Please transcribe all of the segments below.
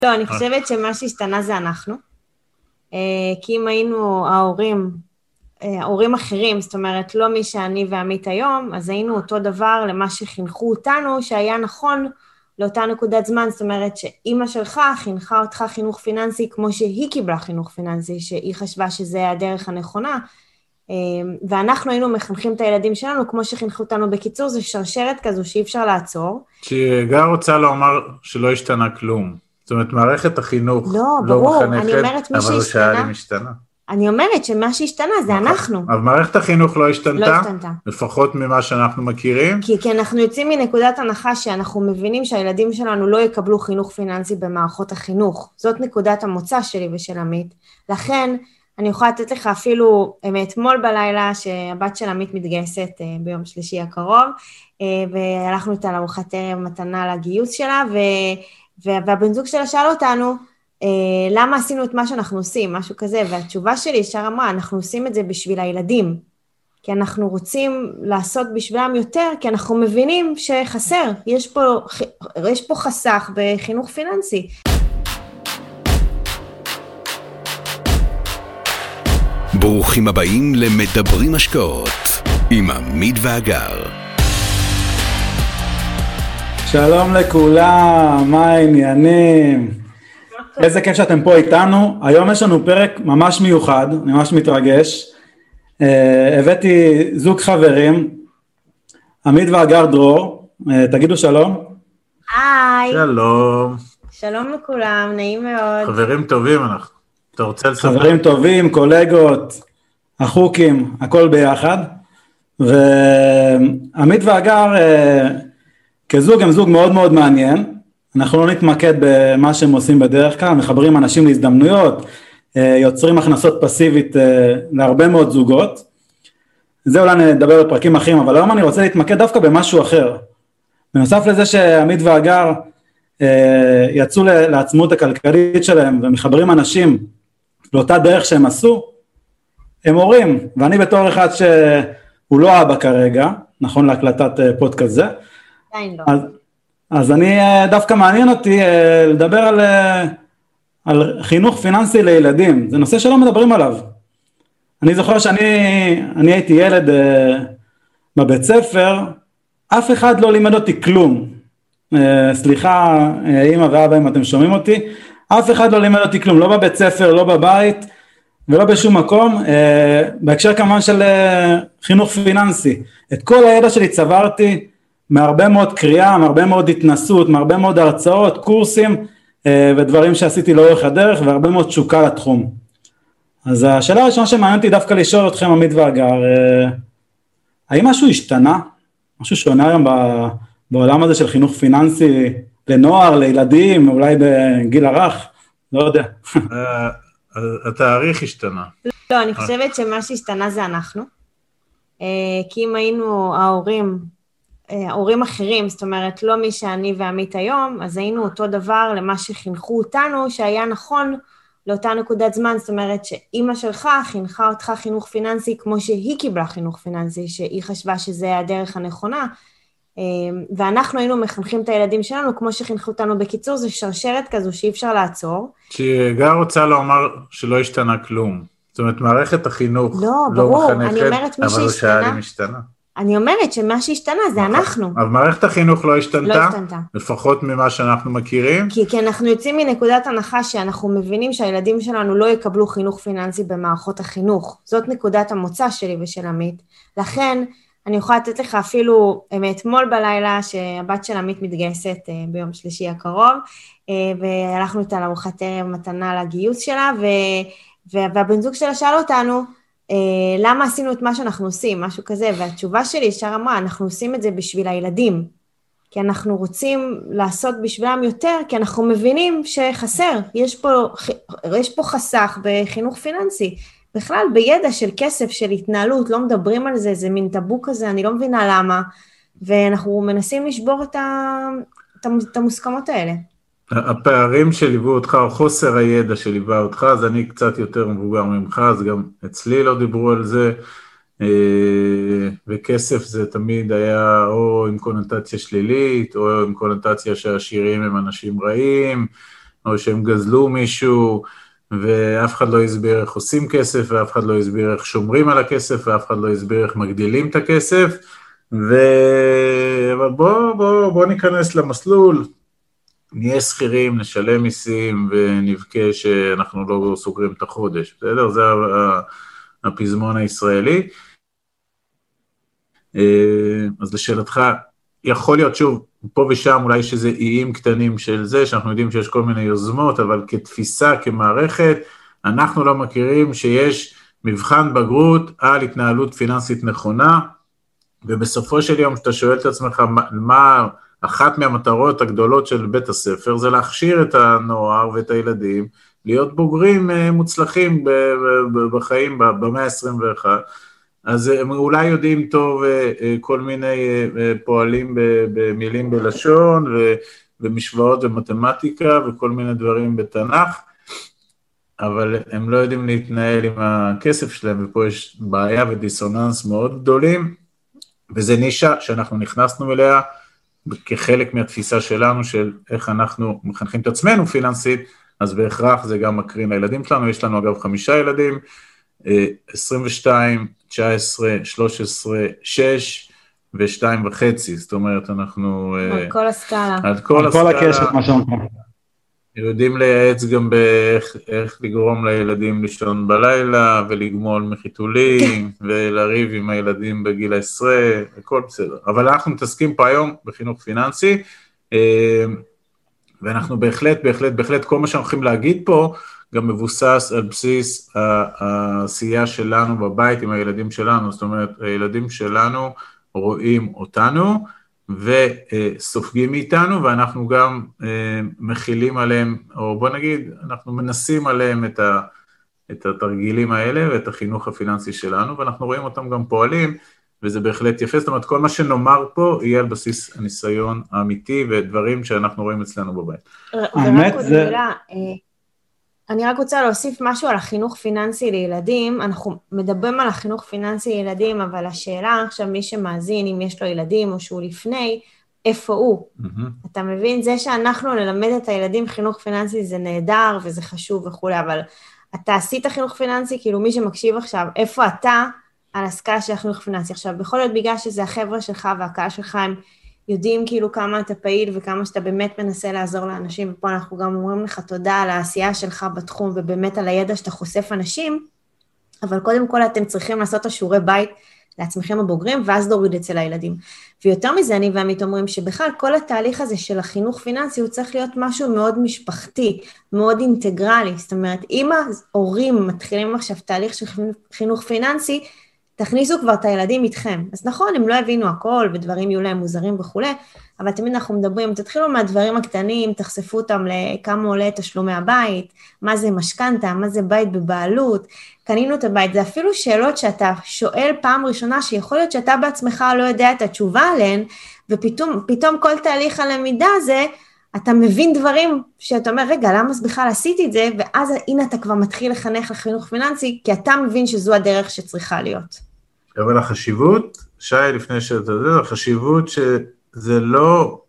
לא, אני חושבת שמה שהשתנה זה אנחנו. כי אם היינו ההורים אחרים, זאת אומרת, לא מי שאני ועמית היום, אז היינו אותו דבר למה שחינכו אותנו, שהיה נכון לאותה נקודת זמן, זאת אומרת שאמא שלך חינכה אותך חינוך פיננסי, כמו שהיא קיבלה חינוך פיננסי, שהיא חשבה שזה הדרך הנכונה, ואנחנו היינו מחנכים את הילדים שלנו, כמו שחינכו אותנו. בקיצור, זה שרשרת כזו שאי אפשר לעצור. שגר רוצה לומר שלא השתנה כלום. זאת אומרת, מערכת החינוך לא ברור, מחנכת, אבל הוא שאלה אם השתנה. אני אומרת שמה שהשתנה זה אנחנו. אבל מערכת החינוך לא השתנתה? לא השתנתה. לפחות ממה שאנחנו מכירים? כי אנחנו יוצאים מנקודת הנחה שאנחנו מבינים שהילדים שלנו לא יקבלו חינוך פיננסי במערכות החינוך. זאת נקודת המוצא שלי ושל עמית. לכן אני יכולה לתת לך אפילו מאתמול בלילה שהבת של עמית מתגייסת ביום שלישי הקרוב, והלכנו איתה לארוחת ערב מתנה לגיוס שלה, והבן זוג שלה שאל אותנו, למה עשינו את מה שאנחנו עושים, משהו כזה, והתשובה שלי ישר אמרה, אנחנו עושים את זה בשביל הילדים, כי אנחנו רוצים לעשות בשבילם יותר, כי אנחנו מבינים שחסר, יש פה חסך בחינוך פיננסי. ברוכים הבאים למדברים השקעות עם עמית ואגר. שלום לכולם, מה העניינים? איזה כיף שאתם פה איתנו. היום יש לנו פרק ממש מיוחד, אני ממש מתרגש. הבאתי זוג חברים, עמית ואגר דרור, תגידו שלום. היי. שלום. שלום לכולם, נעים מאוד. חברים טובים אנחנו. אתה רוצה לספר? חברים טובים, קולגות, החוקים, הכל ביחד. ועמית ואגר כזוג הם זוג מאוד מאוד מעניין. אנחנו לא נתמקד במה שהם עושים בדרך כלל, מחברים אנשים להזדמנויות, יוצרים הכנסות פסיבית להרבה מאוד זוגות. זה אולי נדבר בפרקים אחרים, אבל היום אני רוצה להתמקד דווקא במשהו אחר. בנוסף לזה שעמית ואגר יצאו לעצמאות הכלכלית שלהם ומחברים אנשים לאותה דרך שהם עשו, הם הורים, ואני בתור אחד שהוא לא אבא כרגע, נכון להקלטת פודקאסט זה, אז אני דווקא מעניין אותי לדבר על חינוך פיננסי לילדים, זה נושא שלא מדברים עליו. אני זוכר שאני הייתי ילד בבית ספר, אף אחד לא לימד אותי כלום, סליחה אמא ואבא אם אתם שומעים אותי, אף אחד לא לימד אותי כלום, לא בבית ספר, לא בבית ולא בשום מקום, בהקשר כמובן של חינוך פיננסי. את כל הידע שלי צברתי מהרבה מאוד קריאה, מהרבה מאוד התנסות, מהרבה מאוד הרצאות, קורסים ודברים שעשיתי לאורך הדרך, והרבה מאוד תשוקה לתחום. אז השאלה הראשונה שמעניין אותי דווקא לשאול אתכם עמית ואגר, האם משהו השתנה? משהו שונה היום בעולם הזה של חינוך פיננסי לנוער, לילדים, אולי בגיל הרך? לא יודע. התאריך השתנה. לא, אני חושבת שמה שהשתנה זה אנחנו. כי אם היינו ההורים אחרים, זאת אומרת, לא מי שאני ועמית היום, אז היינו אותו דבר למה שחינכו אותנו, שהיה נכון לאותה נקודת זמן, זאת אומרת שאמא שלך חינכה אותך חינוך פיננסי, כמו שהיא קיבלה חינוך פיננסי, שהיא חשבה שזה הדרך הנכונה, ואנחנו היינו מחנכים את הילדים שלנו, כמו שחינכו אותנו. בקיצור, זה שרשרת כזו שאי אפשר לעצור. שגר רוצה לומר שלא השתנה כלום. זאת אומרת, מערכת החינוך לא מחנכת, אבל הוא שאלה אם השתנה. אני אומרת שמה שהשתנה זה אנחנו. אבל מערכת החינוך לא השתנתה? לא השתנתה. לפחות ממה שאנחנו מכירים? כי אנחנו יוצאים מנקודת הנחה שאנחנו מבינים שהילדים שלנו לא יקבלו חינוך פיננסי במערכות החינוך. זאת נקודת המוצא שלי ושל עמית. לכן אני יכולה לתת לך אפילו מאתמול בלילה שהבת של עמית מתגייסת ביום שלישי הקרוב, והלכנו איתה לארוחת ערב מתנה לגיוס שלה, והבן זוג שלה שאל אותנו, למה עשינו את מה שאנחנו עושים, משהו כזה, והתשובה שלי ישר אמרה, אנחנו עושים את זה בשביל הילדים, כי אנחנו רוצים לעשות בשבילם יותר, כי אנחנו מבינים שחסר, יש פה חסך בחינוך פיננסי, בכלל בידע של כסף, של התנהלות, לא מדברים על זה, זה מין טאבו כזה, אני לא מבינה למה, ואנחנו מנסים לשבור את המוסכמות האלה. הפערים שליוו אותך, או חוסר הידע שליווה אותך, אז אני קצת יותר מבוגר ממך, אז גם אצלי לא דיברו על זה, וכסף זה תמיד היה או עם קונוטציה שלילית, או עם קונוטציה שהעשירים הם אנשים רעים, או שהם גזלו מישהו, ואף אחד לא הסביר איך עושים כסף, ואף אחד לא הסביר איך שומרים על הכסף, ואף אחד לא הסביר איך מגדילים את הכסף, אבל בוא ניכנס למסלול, נהיה שכירים, נשלם מיסים, ונבכה שאנחנו לא סוגרים את החודש, בסדר? זה הפזמון הישראלי. אז לשאלתך, יכול להיות שוב, פה ושם אולי שזה איים קטנים של זה, שאנחנו יודעים שיש כל מיני יוזמות, אבל כתפיסה, כמערכת, אנחנו לא מכירים שיש מבחן בגרות על התנהלות פיננסית נכונה, ובסופו של יום, שאתה שואל את עצמך, מה אחת מהמטרות הגדולות של בית הספר, זה להכשיר את הנוער ואת הילדים, להיות בוגרים מוצלחים בחיים במאה ה-21, אז הם אולי יודעים טוב כל מיני פועלים במילים בלשון, ומשוואות ומתמטיקה, וכל מיני דברים בתנ"ך, אבל הם לא יודעים להתנהל עם הכסף שלהם, ופה יש בעיה ודיסוננס מאוד גדולים, וזה נישה שאנחנו נכנסנו אליה, כחלק מהתפיסה שלנו, של איך אנחנו מחנכים את עצמנו פיננסית, אז בהכרח זה גם מקרין לילדים שלנו, יש לנו אגב 5 ילדים, 22, 19, 13, 6 ו2.5, זאת אומרת אנחנו... על כל הסקאלה. על כל הקשת, מה שאומרים. יודעים לייעץ גם באיך לגרום לילדים לישון בלילה, ולגמול מחיתולים, ולריב עם הילדים בגיל 10, הכל בסדר. אבל אנחנו מתעסקים פה היום בחינוך פיננסי, ואנחנו בהחלט, כל מה שאנחנו הולכים להגיד פה, גם מבוסס על בסיס העשייה שלנו בבית עם הילדים שלנו, זאת אומרת, הילדים שלנו רואים אותנו, וסופגים מאיתנו, ואנחנו גם מכילים עליהם, או בוא נגיד, אנחנו מנסים עליהם את התרגילים האלה, ואת החינוך הפיננסי שלנו, ואנחנו רואים אותם גם פועלים, וזה בהחלט יפה, זאת אומרת, כל מה שנאמר פה, יהיה על בסיס הניסיון האמיתי, ודברים שאנחנו רואים אצלנו בבית. ורק עוד מילה, אני רק רוצה להוסיף משהו על החינוך פיננסי לילדים, אנחנו מדברים על החינוך פיננסי לילדים, אבל השאלה עכשיו מי שמאזין, אם יש לו ילדים או שהוא לפני, איפה הוא? אתה מבין? זה שאנחנו נלמד את הילדים חינוך פיננסי זה נהדר וזה חשוב וכו', אבל אתה עשית חינוך פיננסי, כאילו מי שמקשיב עכשיו, איפה אתה על הסקאלה של החינוך פיננסי? עכשיו, בכל זאת בגלל שזה החבר'ה שלך והקהל שלך, הם יודעים כאילו כמה אתה פעיל וכמה שאתה באמת מנסה לעזור לאנשים, ופה אנחנו גם אומרים לך תודה על העשייה שלך בתחום, ובאמת על הידע שאתה חושף אנשים, אבל קודם כל אתם צריכים לעשות את השיעורי בית לעצמכם הבוגרים, ואז להוריד אצל הילדים. ויותר מזה אני ועמית אומרים שבכלל כל התהליך הזה של החינוך פיננסי, הוא צריך להיות משהו מאוד משפחתי, מאוד אינטגרלי, זאת אומרת, אם ההורים מתחילים עכשיו תהליך של חינוך פיננסי, תכניסו כבר את הילדים איתכם. אז נכון, הם לא הבינו הכל, ודברים יהיו להם מוזרים וכו', אבל תמיד אנחנו מדברים, תתחילו מהדברים הקטנים, תחשפו אותם לכמה עולה תשלומי הבית, מה זה משכנתה, מה זה בית בבעלות, קנינו את הבית, זה אפילו שאלות שאתה שואל פעם ראשונה, שיכול להיות שאתה בעצמך לא יודע את התשובה עליהן, ופתאום כל תהליך הלמידה הזה, אתה מבין דברים שאתה אומר, רגע, למה בכלל עשיתי את זה, ואז הנה אתה כבר מתחיל לחנך לחינוך פיננסי, כי אתה מבין שזו הדרך שצריכה להיות. אבל החשיבות, שי, לפני שאתה יודע, החשיבות שזה לא,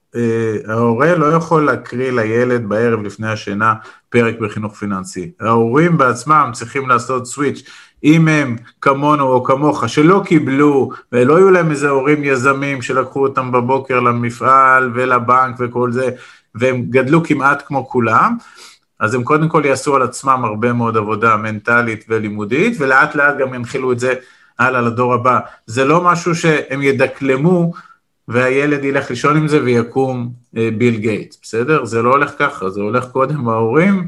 ההורה לא יכול להקריא לילד בערב לפני השינה פרק בחינוך פיננסי. ההורים בעצמם צריכים לעשות סוויץ', אם הם כמונו או כמוך, שלא קיבלו, ולא היו להם איזה הורים יזמים שלקחו אותם בבוקר למפעל ולבנק וכל זה, והם גדלו כמעט כמו כולם, אז הם קודם כל יעשו על עצמם הרבה מאוד עבודה מנטלית ולימודית, ולאט לאט גם ינחילו את זה הלאה לדור הבא. זה לא משהו שהם ידקלמו, והילד ילך לישון עם זה ויקום ביל גייט, בסדר? זה לא הולך ככה, זה הולך קודם ההורים,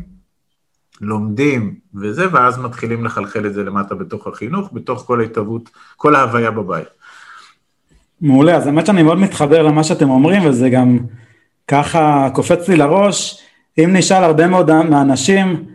לומדים וזה, ואז מתחילים לחלחל את זה למטה בתוך החינוך, בתוך כל ההתאבות, כל ההוויה בבית. מעולה, אז האמת שאני מאוד מתחבר למה שאתם אומרים, וזה גם ככה קופץ לי לראש, אם נשאל הרבה מאוד מהאנשים,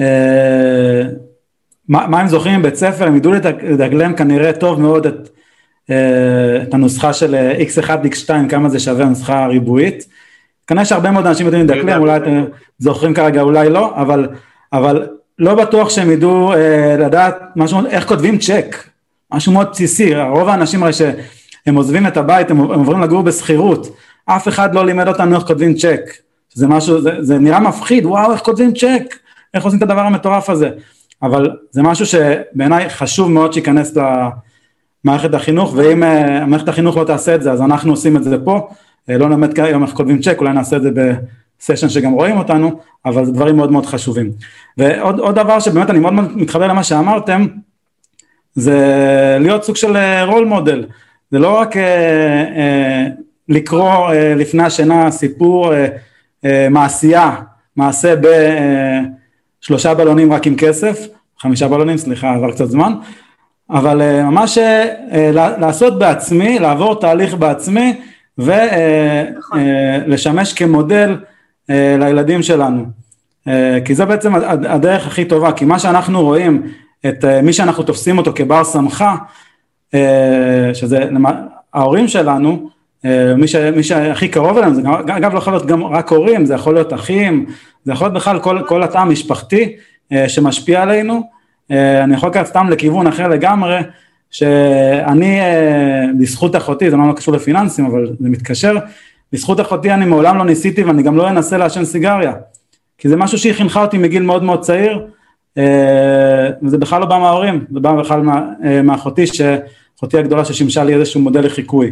מה הם זוכרים בבית ספר, הם ידעו לדגלם כנראה טוב מאוד את הנוסחה של x1, x2, כמה זה שווה הנוסחה הריבועית, כנראה שהרבה מאוד אנשים יודעים לדגלם, אולי אתם זוכרים כרגע, אולי לא, אבל לא בטוח שהם ידעו לדעת משהו, איך כותבים צ'ק, משהו מאוד בסיסי, רוב האנשים הרי שהם עוזבים את הבית, הם עוברים לגור בסחירות, אף אחד לא לימד אותנו איך כותבים צ'ק, זה משהו, זה נראה מפחיד, וואו, איך כותבים צ'ק, איך עושים את הדבר המטורף הזה, אבל זה משהו שבעיניי חשוב מאוד שיכנס למערכת החינוך, ואם מערכת החינוך לא תעשה את זה, אז אנחנו עושים את זה פה, לא נלמד היום איך כותבים צ'ק, אולי נעשה את זה בסשן שגם רואים אותנו, אבל זה דברים מאוד מאוד חשובים. ועוד דבר שבאמת אני מאוד מתחבר למה שאמרתם, זה להיות סוג של רול מודל, זה לא רק לקרוא לפני השינה סיפור מעשה ב3 בלונים רק עם כסף, 5 בלונים, סליחה, עבר קצת זמן, אבל ממש לעשות בעצמי, לעבור תהליך בעצמי, ולשמש כמודל לילדים שלנו, כי זה בעצם הדרך הכי טובה, כי מה שאנחנו רואים, את מי שאנחנו תופסים אותו כבר סמכה, שזה ההורים שלנו, מי שהכי קרוב אליהם, זה אגב לא יכול להיות גם רק הורים, זה יכול להיות אחים, זה יכול להיות בכלל כל התא המשפחתי שמשפיע עלינו, אני יכול לקחת סתם לכיוון אחר לגמרי, שאני בזכות אחותי, זה לא קשור לפיננסים, אבל זה מתקשר, בזכות אחותי אני מעולם לא ניסיתי, ואני גם לא אנסה לעשן סיגריה, כי זה משהו שהיא חינכה אותי מגיל מאוד מאוד צעיר, וזה בכלל לא בא מההורים, זה בא בכלל מאחותי, שאחותי הגדולה ששימשה לי איזשהו מודל לחיקוי.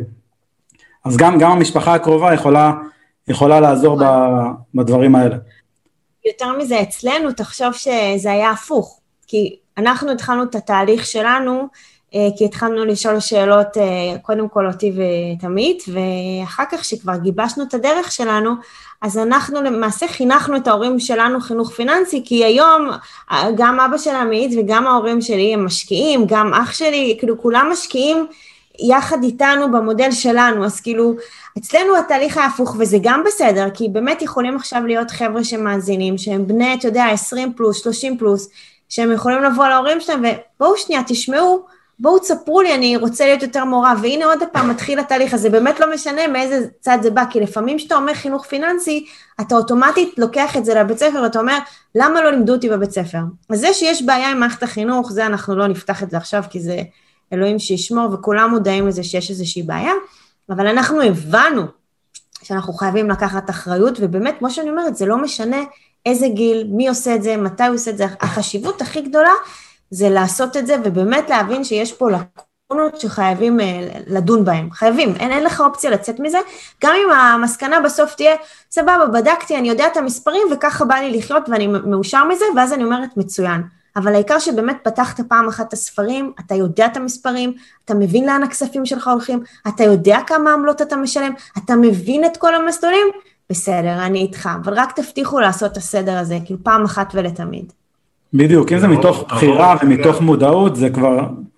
אז גם המשפחה הקרובה יכולה לעזור בדברים האלה. יותר מזה, אצלנו תחשוב שזה היה הפוך, כי אנחנו התחלנו את התהליך שלנו, כי התחלנו לשאול שאלות, קודם כל אותי ותמית, ואחר כך שכבר גיבשנו את הדרך שלנו, אז אנחנו למעשה חינכנו את ההורים שלנו חינוך פיננסי, כי היום גם אבא של עמית וגם ההורים שלי הם משקיעים, גם אח שלי, כאילו כולם משקיעים יחד איתנו במודל שלנו, אז כאילו אצלנו התהליך ההפוך, וזה גם בסדר, כי באמת יכולים עכשיו להיות חבר'ה שמאזינים, שהם בני, אתה יודע, 20 פלוס, 30 פלוס, שהם יכולים לבוא להורים שלהם, ובואו שנייה, תשמעו, בואו תספרו לי, אני רוצה להיות יותר מורה, והנה עוד פעם מתחיל התהליך, אז זה באמת לא משנה מאיזה צד זה בא, כי לפעמים שאתה אומר חינוך פיננסי, אתה אוטומטית לוקח את זה לבית ספר, ואתה אומר, למה לא לימדו אותי בבית ספר? אז זה שיש בעיה עם מערכת החינוך, זה אנחנו לא נפתח את זה עכשיו, כי זה אלוהים שישמור, וכולם מודעים לזה שיש איזושהי בעיה, אבל אנחנו הבנו שאנחנו חייבים לקחת אחריות, ובאמת, כמו שאני אומרת, זה לא משנה איזה גיל, מי עושה את זה, מתי הוא עושה את זה, החשיבות הכי גדולה, זה לעשות את זה, ובאמת להבין שיש פה לקונות שחייבים לדון בהם, חייבים, אין לך אופציה לצאת מזה, גם אם המסקנה בסוף תהיה, סבבה, בדקתי, אני יודע את המספרים, וככה בא לי לחיות, ואני מאושר מזה, ואז אני אומרת, מצוין, אבל העיקר שבאמת פתחת פעם אחת את הספרים, אתה יודע את המספרים, אתה מבין לאן הכספים שלך הולכים, אתה יודע כמה עמלות אתה משלם, אתה מבין את כל המסלולים, בסדר, אני איתך, אבל רק תבטיחו לעשות את הסדר הזה, כאילו פעם אחת ולתמיד. בדיוק, אם זה מתוך בחירה ומתוך מודעות, זה כבר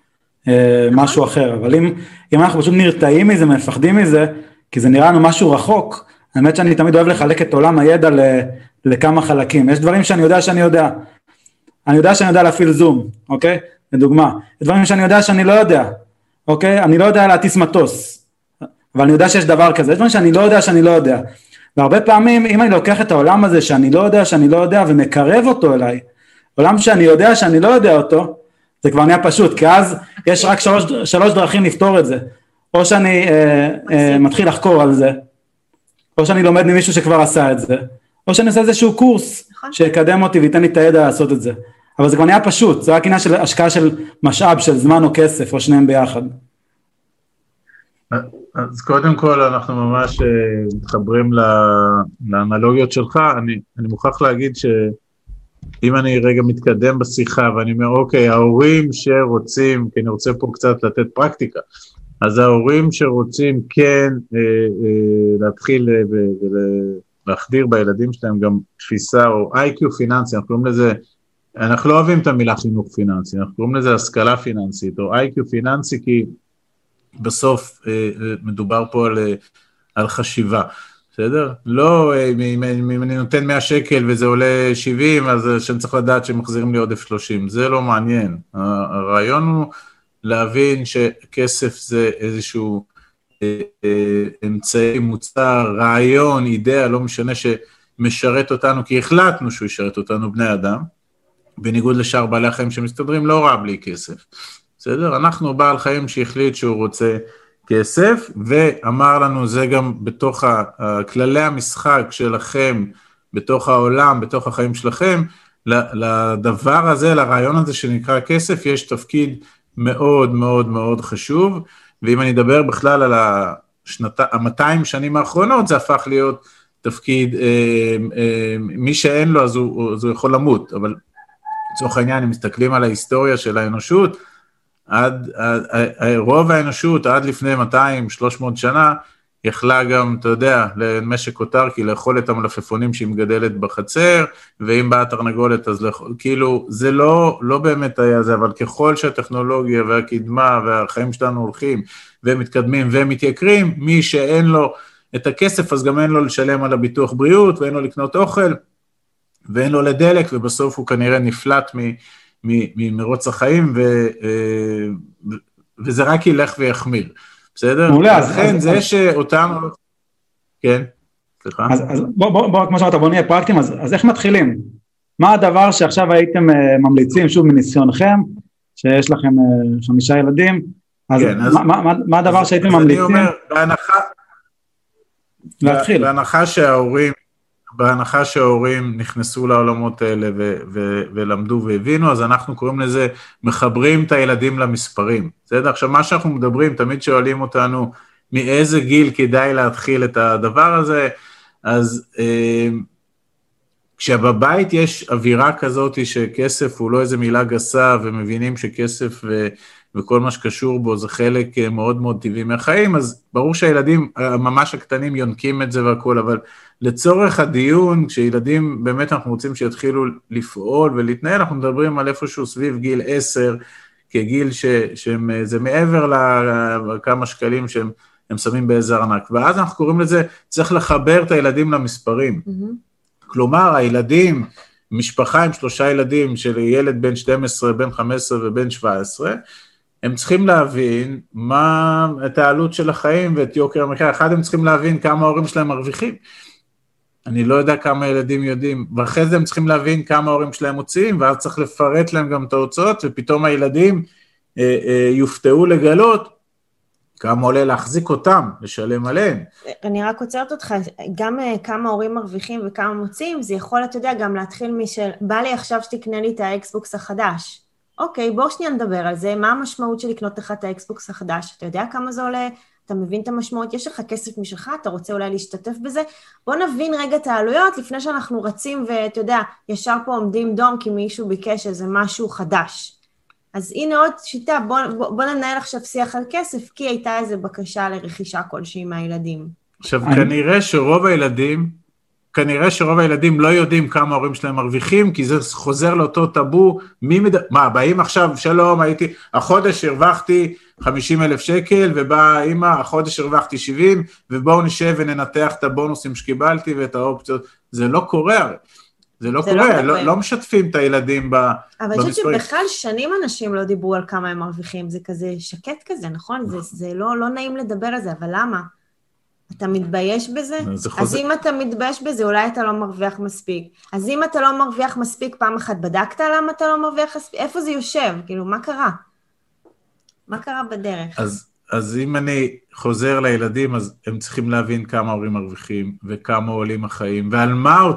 משהו אחר, אבל אם אנחנו פשוט נרתעים מזה, מפחדים מזה, כי זה נראה לנו משהו רחוק, האמת שאני תמיד אוהב לחלק את עולם הידע לכמה חלקים, יש דברים שאני יודע שאני יודע, אני יודע שאני יודע להפעיל זום, אוקיי? לדוגמה, יש דברים שאני יודע שאני לא יודע, אוקיי? אני לא יודע להטיס מטוס, אבל אני יודע שיש דבר כזה, יש דברים שאני לא יודע שאני לא יודע, והרבה פעמים, אם אני לוקח את העולם הזה שאני לא יודע, ומקרב אותו אליי, עולם שאני יודע שאני לא יודע אותו, זה כבר נהיה פשוט, כי אז יש רק שלוש דרכים לפתור את זה, או שאני מתחיל לחקור על זה, או שאני לומד ממישהו שכבר עשה את זה, או שאני עושה איזשהו קורס שיקדם אותי וייתן לי את הידע לעשות את זה, אבל זה כבר נהיה פשוט, זה רק עניין של השקעה של משאב, של זמן או כסף, או שניהם ביחד. אז קודם כל אנחנו ממש מתחברים לאנלוגיות שלך, אני מוכרח להגיד שאם אני רגע מתקדם בשיחה ואני אומר אוקיי, ההורים שרוצים, כי אני רוצה פה קצת לתת פרקטיקה, אז ההורים שרוצים כן להתחיל להחדיר בילדים שלהם גם תפיסה או איי-קיו פיננסי, אנחנו קוראים לזה, אנחנו לא אוהבים את המילה חינוך פיננסי, אנחנו קוראים לזה השכלה פיננסית או איי-קיו פיננסי, כי בסוף מדובר פה על חשיבה, בסדר? לא, אם אני נותן 100 שקל וזה עולה 70, אז שאני צריך לדעת שמחזירים לי עודף 30, זה לא מעניין. הרעיון הוא להבין שכסף זה איזשהו אמצעי מוצר, רעיון, אידאה, לא משנה שמשרת אותנו, כי החלטנו שהוא ישרת אותנו בני אדם, בניגוד לשאר בעלי החיים שמסתדרים, לא רע בלי כסף. בסדר? אנחנו בעל חיים שהחליט שהוא רוצה כסף, ואמר לנו, זה גם בתוך כללי המשחק שלכם, בתוך העולם, בתוך החיים שלכם, לדבר הזה, לרעיון הזה שנקרא כסף, יש תפקיד מאוד מאוד מאוד חשוב, ואם אני אדבר בכלל על 200 שנים האחרונות, זה הפך להיות תפקיד, מי שאין לו אז הוא יכול למות, אבל לצורך העניין, אם מסתכלים על ההיסטוריה של האנושות, רוב האנושות עד לפני 200-300 שנה, יכלה גם, אתה יודע, למשק אוטרקי, לאכול את המלפפונים שהיא מגדלת בחצר, ואם באה תרנגולת אז לאכול, כאילו, זה לא באמת היה זה, אבל ככל שהטכנולוגיה והקדמה והחיים שלנו הולכים, ומתקדמים ומתייקרים, מי שאין לו את הכסף, אז גם אין לו לשלם על הביטוח בריאות, ואין לו לקנות אוכל, ואין לו לדלק, ובסוף הוא כנראה נפלט מרוץ החיים, וזה רק ילך ויחמיר. בסדר? מעולה, לכן זה שאותם... כן, סליחה. אז בוא, כמו שאמרת, בוא נהיה פרקטיים, אז איך מתחילים? מה הדבר שעכשיו הייתם ממליצים, שוב מניסיונכם, שיש לכם 5 ילדים, אז מה הדבר שהייתם ממליצים? אני אומר, בהנחה שההורים נכנסו לעולמות האלה ולמדו והבינו, אז אנחנו קוראים לזה, מחברים את הילדים למספרים. בסדר? עכשיו, מה שאנחנו מדברים, תמיד שואלים אותנו, מאיזה גיל כדאי להתחיל את הדבר הזה, אז כשבבית יש אווירה כזאת שכסף הוא לא איזה מילה גסה, ומבינים שכסף וכל מה שקשור בו זה חלק מאוד מאוד טבעי מהחיים, אז ברור שהילדים ממש הקטנים יונקים את זה והכל, אבל לצורך הדיון, כשילדים באמת אנחנו רוצים שיתחילו לפעול ולהתנהל, אנחנו מדברים על איפשהו סביב גיל 10, כגיל שזה מעבר לכמה שקלים שהם שמים באיזה ארנק, ואז אנחנו קוראים לזה, צריך לחבר את הילדים למספרים. כלומר, הילדים, משפחה עם 3 ילדים, של ילד בן 12, בן 15 ובן 17, הם צריכים להבין מה את העלות של החיים ואת יוקר המחיה. אחד, הם צריכים להבין כמה ההורים שלהם מרוויחים. אני לא יודע כמה ילדים יודעים, ואחרי זה הם צריכים להבין כמה ההורים שלהם מוציאים, ואז צריך לפרט להם גם את ההוצאות, ופתאום הילדים יופתעו לגלות כמה עולה להחזיק אותם, לשלם עליהם. אני רק עוצרת אותך, גם כמה הורים מרוויחים וכמה מוציאים, זה יכול, אתה יודע, גם להתחיל בא לי עכשיו שתקנה לי את האקסבוקס החדש. אוקיי, בואו שנייה נדבר על זה, מה המשמעות של לקנות לך את האקסבוקס החדש? אתה יודע כמה זה עולה? אתה מבין את המשמעות? יש לך כסף משלך, אתה רוצה אולי להשתתף בזה? בוא נבין רגע את העלויות, לפני שאנחנו רצים ואתה יודע, ישר פה עומדים דום, כי מישהו ביקש איזה משהו חדש. אז הנה עוד שיטה, בוא ננהל עכשיו שיח על כסף, כי הייתה איזו בקשה לרכישה כלשהי מהילדים. עכשיו, כנראה שרוב הילדים לא יודעים כמה ההורים שלהם מרוויחים, כי זה חוזר לאותו טאבו, באים עכשיו, שלום, החודש הרווחתי 50,000 שקל, ובאה אמא, החודש הרווחתי 70, ובואו נשב וננתח את הבונוסים שקיבלתי ואת האופציות, זה לא קורה, זה לא קורה, לא משתפים את הילדים במספרים. אבל אני חושבת שבכלל שנים אנשים לא דיברו על כמה הם מרוויחים, זה כזה שקט כזה, נכון? זה לא נעים לדבר על זה, אבל למה? אתה מתבייש בזה? אז אם אתה מתבייש בזה, אולי אתה לא מרוויח מספיק. אז אם אתה לא מרוויח מספיק, פעם אחת בדקת למה אתה לא מרוויח מספיק? איפה זה יושב? כאילו, מה קרה? מה קרה בדרך? אז אם אני חוזר לילדים, אז הם צריכים להבין כמה הורים מרוויחים, וכמה עולים החיים, ועל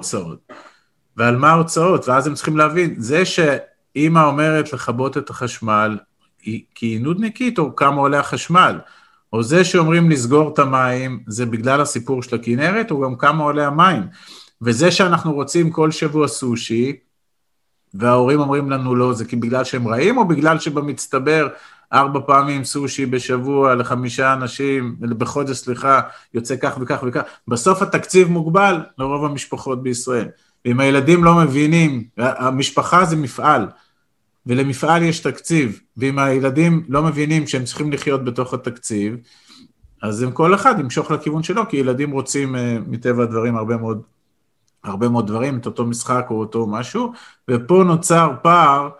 מה ההוצאות, ואז הם צריכים להבין, זה שאמא אומרת לכבות את החשמל, כי היא נודניקית, או כמה עולה החשמל, או זה שאומרים לסגור את המים, זה בגלל הסיפור של הכנרת, או גם כמה עולה המים, וזה שאנחנו רוצים כל שבוע סושי, וההורים אומרים לנו לא, זה כי בגלל שהם רעים, או בגלל שבמצטבר 4 פעמים סושי בשבוע ל5 אנשים, בחודש סליחה, יוצא כך וכך וכך, בסוף התקציב מוגבל לרוב המשפחות בישראל, ואם הילדים לא מבינים, המשפחה זה מפעל, ולמפעל יש תקציב, ואם הילדים לא מבינים שהם צריכים לחיות בתוך התקציב, אז הם כל אחד ימשוך לכיוון שלו, כי ילדים רוצים מטבע הדברים הרבה מאוד דברים, את אותו משחק או אותו משהו, ופה נוצר פער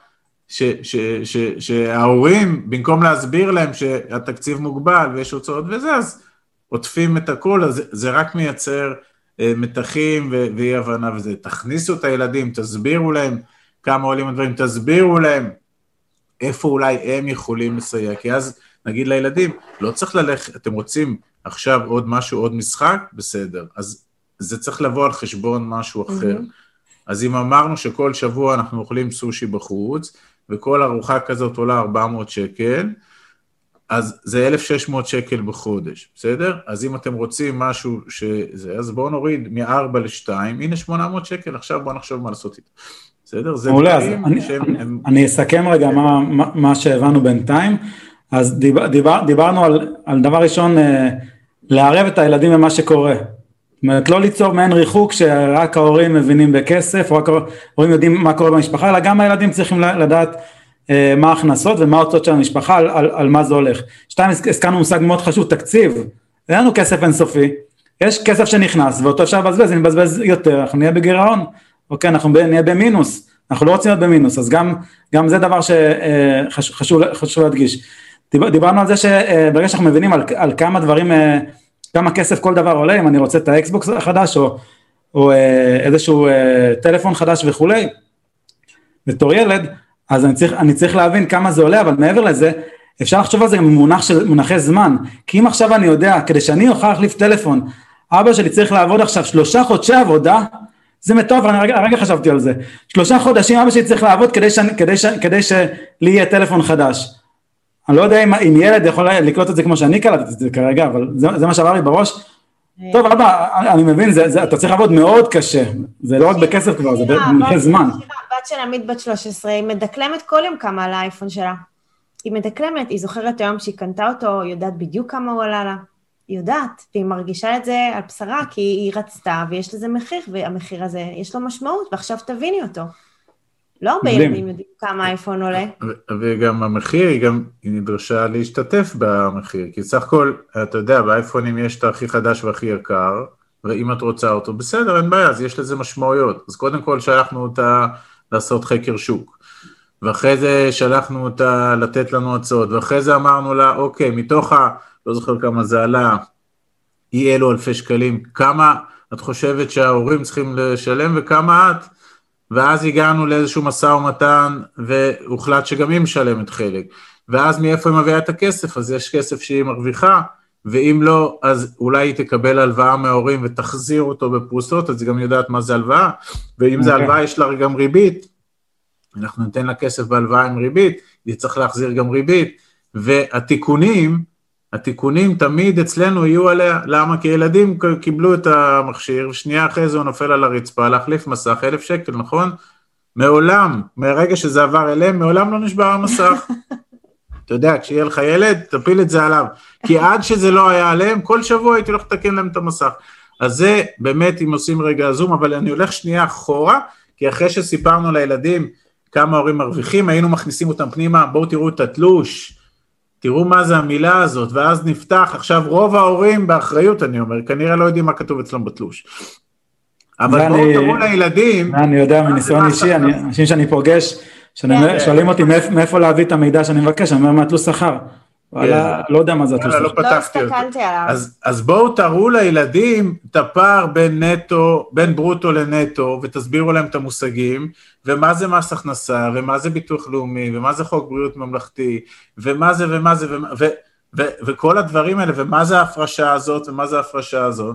שההורים, במקום להסביר להם שהתקציב מוגבל ויש הוצאות וזה, אז עוטפים את הכל, אז זה רק מייצר מתחים ואי הבנה וזה. תכניסו את הילדים, תסבירו להם כמה עולים הדברים, תסבירו להם איפה אולי הם יכולים לסייע, כי אז נגיד לילדים, לא צריך ללכת, אתם רוצים עכשיו עוד משהו, עוד משחק, בסדר, אז זה צריך לבוא על חשבון משהו אחר. אז אם אמרנו שכל שבוע אנחנו אוכלים סושי בחוץ, וכל ארוחה כזאת עולה 400 שקל, אז זה 1,600 שקל בחודש, בסדר? אז אם אתם רוצים משהו שזה, אז בואו נוריד מ-4 ל-2, הנה 800 שקל, עכשיו בואו נחשוב מה לעשות איתו. בסדר? זה מעולה, אז אני אסכם רגע מה שהבנו בינתיים. אז דיברנו על דבר ראשון, לערב את הילדים במה שקורה. זאת אומרת, לא ליצור מעין ריחוק שרק ההורים מבינים בכסף, או רק ההורים יודעים מה קורה במשפחה, אלא גם הילדים צריכים לדעת מה ההכנסות ומה ההוצאות של המשפחה, על מה זה הולך. 2, הזכרנו מושג מאוד חשוב, תקציב. אין לנו כסף אינסופי, יש כסף שנכנס, ואותו אפשר לבזבז, אם נבזבז יותר, אנחנו נהיה בגירעון, אוקיי, אנחנו נהיה במינוס, אנחנו לא רוצים להיות במינוס, אז גם זה דבר שחשוב להדגיש. דיברנו על זה שברגע שאנחנו מבינים על כמה דברים, כמה כסף כל דבר עולה, אם אני רוצה את האקסבוקס החדש, או איזשהו טלפון חדש וכולי, בתור ילד, אז אני צריך להבין כמה זה עולה, אבל מעבר לזה, אפשר לחשוב על זה עם מונחי זמן, כי אם עכשיו אני יודע, כדי שאני אוכל להחליף טלפון, אבא שלי צריך לעבוד עכשיו 3 חודשי עבודה, זה מטוב, אני הרגע חשבתי על זה, 3 חודשים אבא שלי צריך לעבוד כדי שלי יהיה טלפון חדש. אני לא יודע אם ילד יכול לקלוט את זה כמו שאני קלטתי את זה כרגע, אבל זה מה שעבר לי בראש. טוב, אבא, אני מבין, אתה צריך לעבוד מאוד קשה, זה לא רק בכסף כבר, זה במונחי זמן. הבת של עמית בת 13, היא מדקלמת כל יום כמה על האייפון שלה. היא מדקלמת, היא זוכרת היום שהיא קנתה אותו, היא יודעת בדיוק כמה הוא עלה לה. היא יודעת, והיא מרגישה את זה על בשרה, כי היא רצתה, ויש לזה מחיר, והמחיר הזה יש לו משמעות, ועכשיו תביני אותו. לא הרבה ילדים יודעים כמה האייפון עולה. וגם המחיר, היא נדרשה להשתתף במחיר, כי סך הכל, אתה יודע, באייפונים יש את הכי חדש והכי יקר, ואם את רוצה אותו, בסדר, אין בעיה, אז יש לזה משמעויות. אז קודם כל שלחנו אותה לעשות חקר שוק, ואחרי זה שלחנו אותה לתת לנו הצעות, ואחרי זה אמרנו לה, אוקיי, מתוך לא זוכר כמה זה עלה, אי אלו אלפי שקלים, כמה את חושבת שההורים צריכים לשלם וכמה את, ואז הגענו לאיזשהו משא ומתן, והוחלט שגם היא משלמת חלק, ואז מאיפה היא מביאה את הכסף, אז יש כסף שהיא מרוויחה, ואם לא, אז אולי היא תקבל הלוואה מההורים, ותחזיר אותו בפרוסות, אז היא גם יודעת מה זה הלוואה, ואם זה הלוואה יש לה גם ריבית, אנחנו ניתן לה כסף בהלוואה עם ריבית, היא צריך להחזיר גם ריבית, התיקונים תמיד אצלנו יהיו עליה, למה? כי ילדים קיבלו את המכשיר, ושנייה אחרי זה הוא נופל על הרצפה, להחליף מסך, 1,000 שקל, נכון? מעולם, מהרגע שזה עבר אליהם, מעולם לא נשבר המסך. אתה יודע, כשיהיה לך ילד, תפיל את זה עליו, כי עד שזה לא היה עליהם, כל שבוע הייתי הולך לתקן להם את המסך. אז זה באמת, אם עושים רגע זום, אבל אני הולך שנייה אחורה, כי אחרי שסיפרנו לילדים כמה הורים מרוויחים, היינו מכניסים אותם פנימה, בואו תראו את התלוש, תראו מה זה המילה הזאת, ואז נפתח, עכשיו רוב ההורים באחריות, אני אומר, כנראה לא יודעים מה כתוב אצלם בתלוש. אבל בואו תראו לילדים. אני יודע מניסיון אישי, אנשים שאני פוגש, שואלים אותי מאיפה להביא את המידע שאני מבקש, אני אומר מהתלוש שכר. לא יודע מה זה התלוש שכר. לא הסתכלתי עליו. אז בואו תראו לילדים את הפער בין ברוטו לנטו, ותסבירו להם את המושגים, ומה זה מס הכנסה, ומה זה ביטוח לאומי, ומה זה חוק בריאות ממלכתי, ומה זה ומה זה, וכל הדברים האלה, ומה זה ההפרשה הזאת, ומה זה ההפרשה הזאת.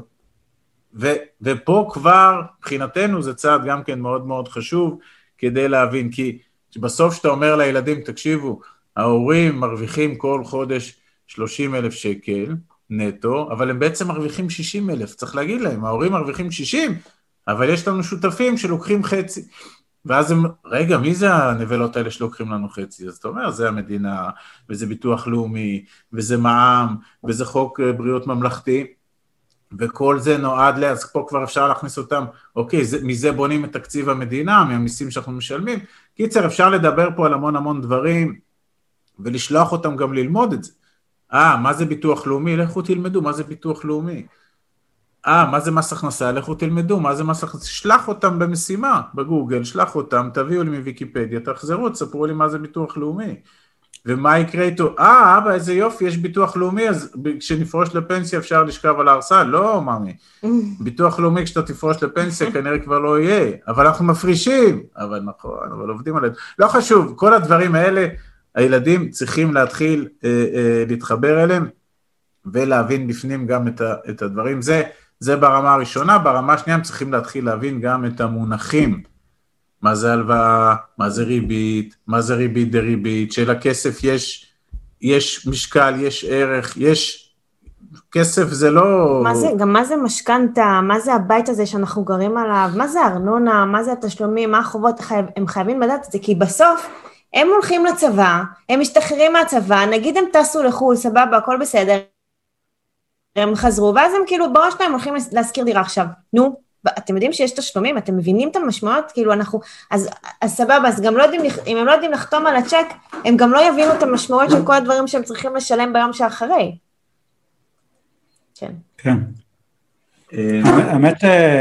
ופה כבר, מבחינתנו, זה צעד גם כן מאוד מאוד חשוב, כדי להבין, כי בסוף שאתה אומר לילדים, תקשיבו, ההורים מרוויחים כל חודש 30,000 שקל נטו, אבל הם בעצם מרוויחים 60,000, צריך להגיד להם, ההורים מרוויחים 60, אבל יש לנו שותפים שלוקחים חצי, ואז הם, רגע, מי זה הנבלות האלה שלוקחים לנו חצי? אז אתה אומר, זה המדינה, וזה ביטוח לאומי, וזה מע"מ, וזה חוק בריאות ממלכתי, וכל זה נועד אז פה כבר אפשר להכניס אותם, אוקיי, מזה בונים את תקציב המדינה, מהמיסים שאנחנו משלמים, קיצר, אפשר לדבר פה על המון המון דברים, ולשלוח אותם גם ללמוד את זה. מה זה ביטוח לאומי? לכו תלמדו, מה זה ביטוח לאומי? מה זה מס הכנסה? לכו תלמדו, מה זה מס הכנסה? שלח אותם במשימה, בגוגל, שלח אותם, תביאו לי מוויקיפדיה, תחזרו, תספרו לי מה זה ביטוח לאומי. ומה יקרה איתו? אבא, איזה יופי, יש ביטוח לאומי, אז כשנפרוש לפנסיה אפשר לשכב על ההרסה? לא, ממי. ביטוח לאומי, כשאתה תפרוש לפנסיה, כנראה כבר לא יהיה, אבל אנחנו מפרישים. אבל נכון, אבל עובדים עליהם. לא חשוב, כל הדברים האלה, הילדים צריכים להתחיל להתחבר אליהם, ולהבין בפנים גם את הדברים. זה ברמה הראשונה. ברמה השנייה הם צריכים להתחיל להבין גם את המונחים, מה זה הלוואה, מה זה ריבית, מה זה ריבית דריבית, שלכסף יש משקל, יש ערך, יש כסף, זה לא... גם מה זה משכנתה, מה זה הבית הזה שאנחנו גרים עליו, מה זה ארנונה, מה זה התשלומים, מה החובות, הם חייבים לדעת את זה, כי בסוף הם הולכים לצבא, הם משתחררים מהצבא, נגיד הם טסו לחול, סבבה, הכל בסדר, הם חזרו, ואז הם כאילו בראש שלהם הולכים להזכיר דירה עכשיו, נו, אתם יודעים שיש תשלומים, אתם מבינים את המשמעות, כאילו אנחנו, אז סבבה, אז גם לא יודעים, אם הם לא יודעים לחתום על הצ'ק, הם גם לא יבינו את המשמעות של כל הדברים שהם צריכים לשלם ביום שאחרי. כן. כן. האמת,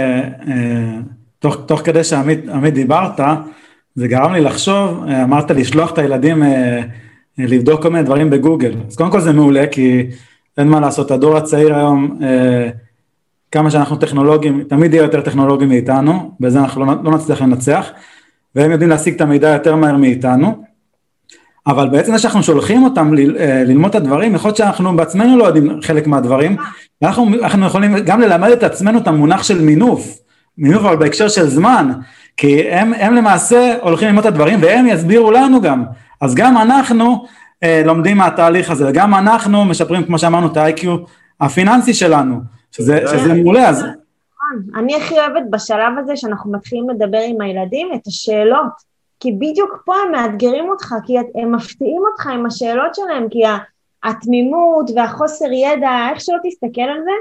תוך כדי שעמית דיברת, זה גרם לי לחשוב, אמרת לשלוח את הילדים לבדוק כל מיני דברים בגוגל, אז קודם כל זה מעולה, כי אין מה לעשות, הדור הצעיר היום, כמה שאנחנו טכנולוגים, תמיד יהיה יותר טכנולוגים מאיתנו, בזה אנחנו לא נצליח לנצח, והם יודעים להשיג את המידע יותר מהר מאיתנו, אבל בעצם שאנחנו שולחים אותם ללמוד את הדברים, יכול להיות שאנחנו בעצמנו לא יודעים חלק מהדברים, אנחנו יכולים גם ללמד את עצמנו את המונח של מינוף אבל בהקשר של זמן, כי הם למעשה הולכים ללמוד את הדברים, והם יסבירו לנו גם, אז גם אנחנו לומדים מהתהליך הזה, וגם אנחנו משפרים, כמו שאמרנו, את ה-IQ הפיננסי שלנו, שזה מעולה. אז אני הכי אוהבת בשלב הזה, שאנחנו מתחילים לדבר עם הילדים, את השאלות, כי בדיוק פה הם מאתגרים אותך, כי הם מפתיעים אותך עם השאלות שלהם, כי התמימות והחוסר ידע, איך שלא תסתכל על זה,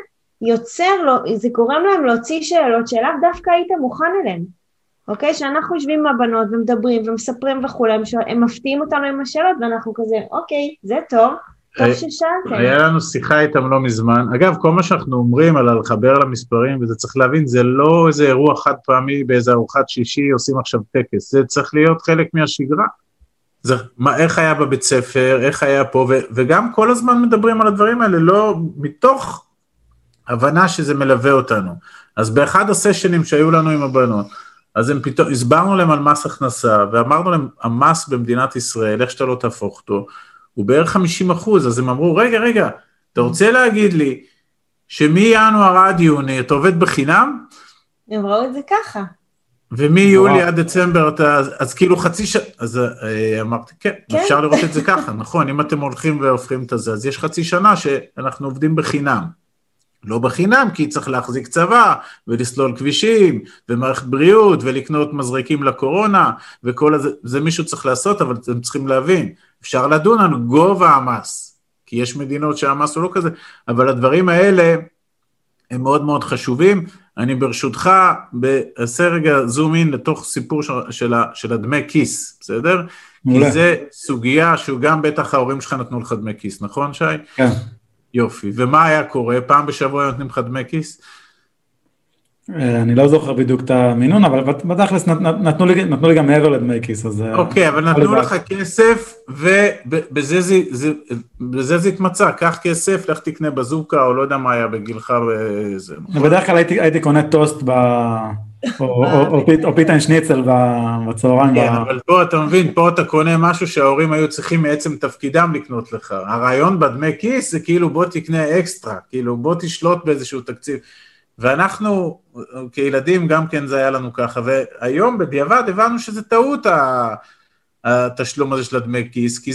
זה גורם להם להוציא שאלות שאליו דווקא היית מוכן אליהם. אוקיי? שאנחנו יושבים עם הבנות ומדברים ומספרים וכו', הם מפתיעים אותנו עם השאלות, ואנחנו כזה, אוקיי, זה טוב ששאלתם. היה לנו שיחה איתם לא מזמן. אגב, כל מה שאנחנו אומרים על לחבר למספרים, וזה צריך להבין, זה לא איזה אירוע חד פעמי, באיזה ארוחת שישי עושים עכשיו טקס, זה צריך להיות חלק מהשגרה. איך היה בבית ספר, איך היה פה, וגם כל הזמן מדברים על הדברים האלה, לא מתוך הבנה שזה מלווה אותנו. אז באחד הסשנים שהיו לנו עם הבנות, אז הם פתאום, הסברנו להם על מס הכנסה, ואמרנו להם, המס במדינת ישראל, איך שאתה לא תהפוך אותו, הוא בערך 50%, אז הם אמרו, רגע, אתה רוצה להגיד לי, שמינואר עד יוני, אתה עובד בחינם? הם ראו את זה ככה. ומיולי עד דצמבר, אז כאילו חצי שנה, אז אמרתי, כן, אפשר לראות את זה ככה, נכון, אם אתם הולכים והופכים את זה, אז יש חצי שנה שאנחנו עובדים בחינם. לא בחינם, כי צריך להחזיק צבא, ולסלול כבישים, ומערכת בריאות, ולקנות מזרקים לקורונה, וכל זה מישהו צריך לעשות, אבל אתם צריכים להבין, אפשר לדון על גובה המס, כי יש מדינות שהמס הוא לא כזה, אבל הדברים האלה, הם מאוד מאוד חשובים. אני ברשותך, אעשה רגע זום אין, לתוך סיפור של הדמי כיס, בסדר? כי זה סוגיה, שהוא גם בטח ההורים שלך נתנו לך דמי כיס, נכון שי? כן. יופי, ומה היה קורה? פעם בשבוע נותנים לך דמי כיס? אני לא זוכר בדיוק את המינון, אבל בתכלס נתנו לי גם מעבר לדמי כיס, אז... אוקיי, אבל נתנו לך כסף, ובזה זה התמצא, קח כסף, לך תקנה בזוקה, או לא יודע מה היה בגילך וזה. בדרך כלל הייתי קונה טוסט או פיתן שניצל בצהריים. כן, אבל פה אתה מבין, פה אתה קונה משהו שההורים היו צריכים מעצם תפקידם לקנות לך. הרעיון בדמי כיס זה כאילו בוא תקנה אקסטרה, כאילו בוא תשלוט באיזשהו תקציב. ואנחנו כילדים גם כן זה היה לנו ככה, והיום בדיעבד הבנו שזה טעות התשלום הזה של הדמי כיס, כי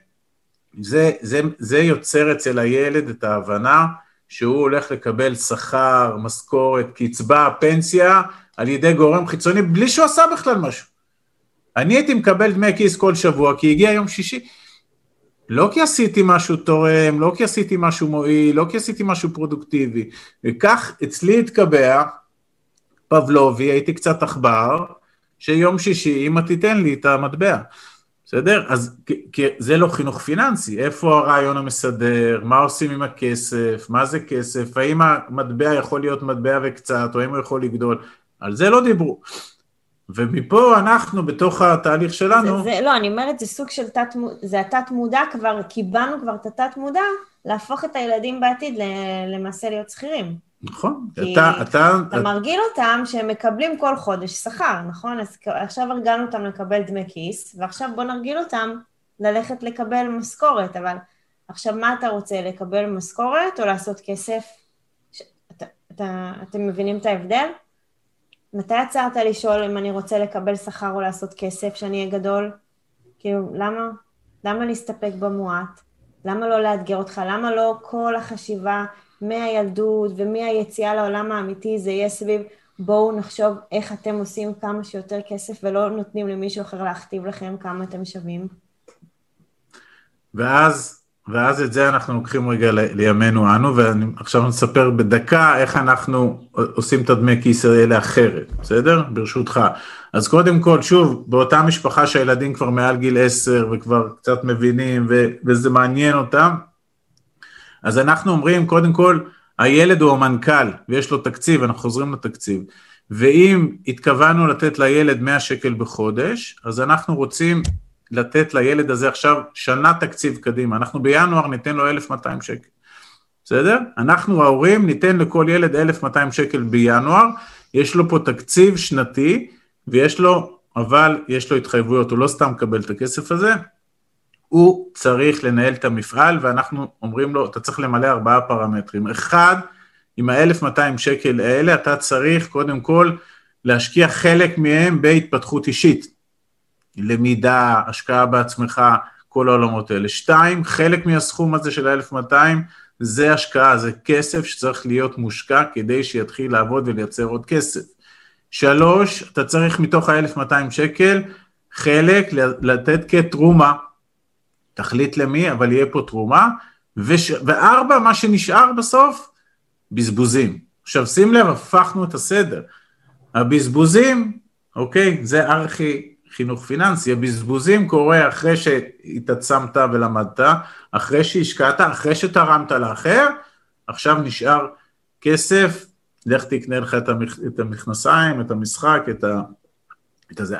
זה יוצר אצל הילד את ההבנה שהוא הולך לקבל שכר, משכורת, קצבה, פנסיה, על ידי גורם חיצוני, בלי שהוא עשה בכלל משהו. אני הייתי מקבל דמי כיס כל שבוע, כי הגיע יום שישי, לא כי עשיתי משהו תורם, לא כי עשיתי משהו מועיל, לא כי עשיתי משהו פרודוקטיבי, וכך אצלי התקבע, פבלובי, הייתי קצת אכבר, שיום שישי, אם תיתן לי את המטבע, בסדר? אז זה לא חינוך פיננסי, איפה הרעיון המסדר, מה עושים עם הכסף, מה זה כסף, האם המטבע יכול להיות מטבע וקצת, או האם הוא יכול לגדול, על זה לא דיברו. ומפה אנחנו בתוך התהליך שלנו... לא, אני אומרת, זה סוג של זה התת מודע כבר, קיבלנו כבר את התת מודע, להפוך את הילדים בעתיד למעשה להיות שכירים. נכון. אתה מרגיל אותם שהם מקבלים כל חודש שכר, נכון? אז עכשיו הרגלנו אותם לקבל דמי כיס, ועכשיו בוא נרגיל אותם ללכת לקבל משכורת, אבל עכשיו מה אתה רוצה, לקבל משכורת או לעשות כסף? אתם מבינים את ההבדל? מתי עצרת לשאול אם אני רוצה לקבל שכר או לעשות כסף שאני אהיה גדול? כאילו, למה להסתפק במועט? למה לא לאתגר אותך? למה לא כל החשיבה מהילדות ומהיציאה לעולם האמיתי זה יהיה סביב, בואו נחשוב איך אתם עושים כמה שיותר כסף ולא נותנים למישהו אחר להכתיב לכם כמה אתם שווים. ואז את זה אנחנו לוקחים רגע לימינו אנו, ועכשיו נספר בדקה איך אנחנו עושים את הדמי כיס האלה אחרת, בסדר? ברשותך. אז קודם כל, שוב, באותה משפחה שהילדים כבר מעל גיל 10 וכבר קצת מבינים וזה מעניין אותם, אז אנחנו אומרים, קודם כל, הילד הוא המנכ"ל ויש לו תקציב, אנחנו חוזרים לתקציב, ואם התכוונו לתת לילד 100 שקל בחודש, אז אנחנו רוצים לתת לילד הזה עכשיו שנה תקציב קדימה, אנחנו בינואר ניתן לו 1,200 שקל, בסדר? אנחנו ההורים ניתן לכל ילד 1,200 שקל בינואר, יש לו פה תקציב שנתי, אבל יש לו התחייבויות, הוא לא סתם מקבל את הכסף הזה, הוא צריך לנהל את המפעל, ואנחנו אומרים לו, אתה צריך למלא 4 פרמטרים, אחד, עם ה-1,200 שקל האלה, אתה צריך קודם כל להשקיע חלק מהם בהתפתחות אישית, למידה, השקעה בעצמך, כל העולמות האלה. 2, חלק מהסכום הזה של 1,200, זה השקעה, זה כסף שצריך להיות מושקע, כדי שיתחיל לעבוד ולייצר עוד כסף. 3, אתה צריך מתוך ה-1,200 שקל, חלק לתת כתרומה, תחליט למי, אבל יהיה פה תרומה, 4, מה שנשאר בסוף, בזבוזים. עכשיו שים לב, הפכנו את הסדר. הבזבוזים, אוקיי, זה ארכי חינוך פיננסי, הבזבוזים קורה אחרי שהתעצמת ולמדת, אחרי שהשקעת, אחרי שתרמת לאחר, עכשיו נשאר כסף, לך תקנה לך את המכנסיים, את המשחק, את זה.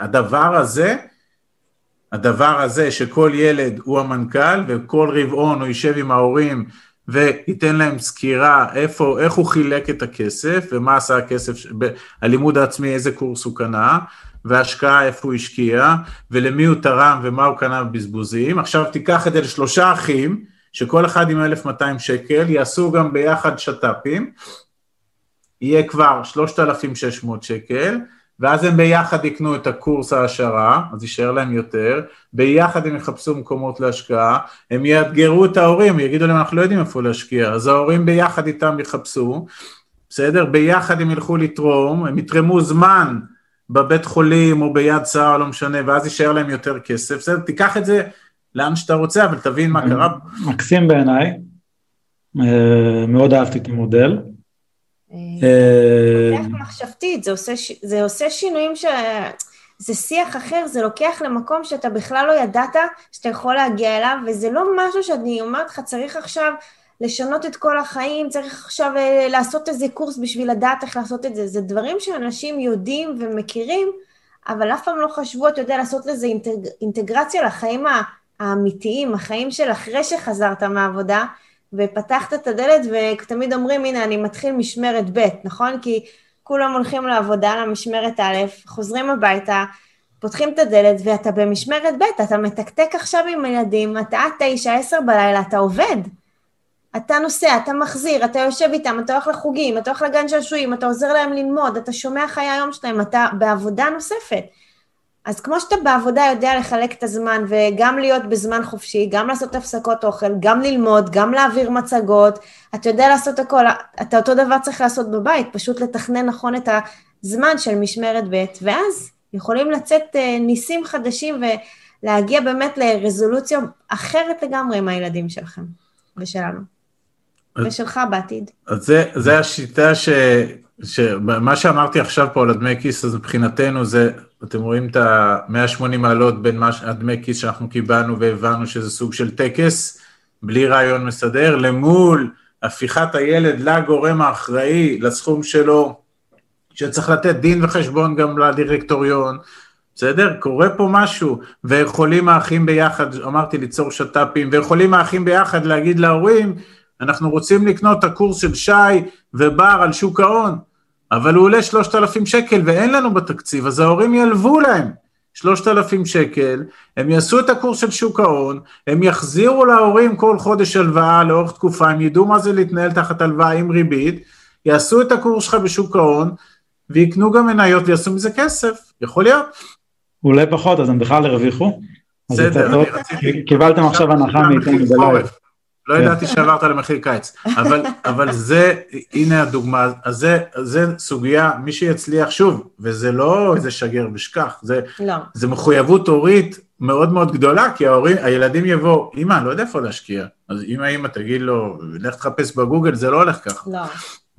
הדבר הזה שכל ילד הוא המנכ"ל, וכל רבעון הוא יישב עם ההורים, וייתן להם סקירה איך הוא חילק את הכסף, ומה עשה הכסף, הלימוד העצמי, איזה קורס הוא קנה, וההשקעה איפה הוא השקיע, ולמי הוא תרם ומה הוא קנה בבזבוזים. עכשיו תיקח את זה ל3 אחים, שכל אחד עם 1,200 שקל, יעשו גם ביחד שטאפים, יהיה כבר 3,600 שקל, ואז הם ביחד יקנו את הקורס ההשערה, אז יישאר להם יותר, ביחד הם יחפשו מקומות להשקעה, הם יאתגרו את ההורים, יגידו להם אנחנו לא יודעים איפה להשקיע, אז ההורים ביחד איתם יחפשו, בסדר? ביחד הם ילכו לתרום, הם יתרמו זמן בבית חולים או ביד שרה, לא משנה, ואז יישאר להם יותר כסף, בסדר? תיקח את זה לאן שאתה רוצה, אבל תבין מה קרה. מקסים בעיניי, מאוד אהבתי את המודל. זה מחשבתית, זה עושה שינויים, זה שיח אחר, זה לוקח למקום שאתה בכלל לא ידעת שאתה יכול להגיע אליו, וזה לא משהו שאני אומרת לך, צריך עכשיו לשנות את כל החיים, צריך עכשיו לעשות איזה קורס בשביל לדעת איך לעשות את זה, זה דברים שאנשים יודעים ומכירים, אבל אף פעם לא חשבו, אתה יודע, לעשות לזה אינטגרציה לחיים האמיתיים, החיים של אחרי שחזרת מהעבודה, ופתחת את הדלת, ותמיד אומרים, הנה, אני מתחיל משמרת ב', נכון? כי כולם הולכים לעבודה, למשמרת א', חוזרים הביתה, פותחים את הדלת, ואתה במשמרת ב', אתה מתקתק עכשיו עם ילדים, אתה 9-10 בלילה, אתה עובד. אתה נוסע, אתה מחזיר, אתה יושב איתם, אתה הולך לחוגים, אתה הולך לגן שעשועים, אתה עוזר להם ללמוד, אתה שומע חיי היום שלהם, אתה בעבודה נוספת. אז כמו שאתה בעבודה יודע לחלק את הזמן, וגם להיות בזמן חופשי, גם לעשות הפסקות אוכל, גם ללמוד, גם להעביר מצגות, אתה יודע לעשות הכל, אתה אותו דבר צריך לעשות בבית, פשוט לתכנן נכון את הזמן של משמרת ב', ואז יכולים לצאת ניסים חדשים, ולהגיע באמת לרזולוציה אחרת לגמרי עם הילדים שלכם, ושלנו, ושלך בעתיד. אז זה השיטה מה שאמרתי עכשיו פה על הדמי כיס, אז מבחינתנו זה, אתם רואים את ה-180 מעלות בין הדמי כיס שאנחנו קיבלנו והבנו שזה סוג של טקס, בלי רעיון מסדר, למול הפיכת הילד לגורם האחראי, לסכום שלו, שצריך לתת דין וחשבון גם לדירקטוריון, בסדר? קורה פה משהו, ויכולים האחים ביחד, אמרתי ליצור שטאפים, ויכולים האחים ביחד להגיד להורים, אנחנו רוצים לקנות את הקורס של שי ובר על שוק ההון, אבל הוא עולה 3,000 שקל ואין לנו בתקציב, אז ההורים ילוו להם 3,000 שקל, הם יעשו את הקורס של שוק ההון, הם יחזירו להורים כל חודש הלוואה לאורך תקופה, הם ידעו מה זה להתנהל תחת הלוואה עם ריבית, יעשו את הקורס שלך בשוק ההון, ויקנו גם מניות ויעשו מזה כסף, יכול להיות? אולי פחות, אז הם בכלל הרוויחו. בסדר, אני רציתי... קיבלתם עכשיו הנחה מאיתנו בלייב. לא ידעתי שעברת למחיר קיץ, אבל זה, הנה הדוגמה, אז זה סוגיה, מי שיצליח שוב, וזה לא איזה שגר ושכח, זה מחויבות הורית מאוד מאוד גדולה, כי הילדים יבואו, אמא, לא יודע איפה להשקיע, אז אמא תגיד לו, לך תחפש בגוגל, זה לא הולך ככה. לא.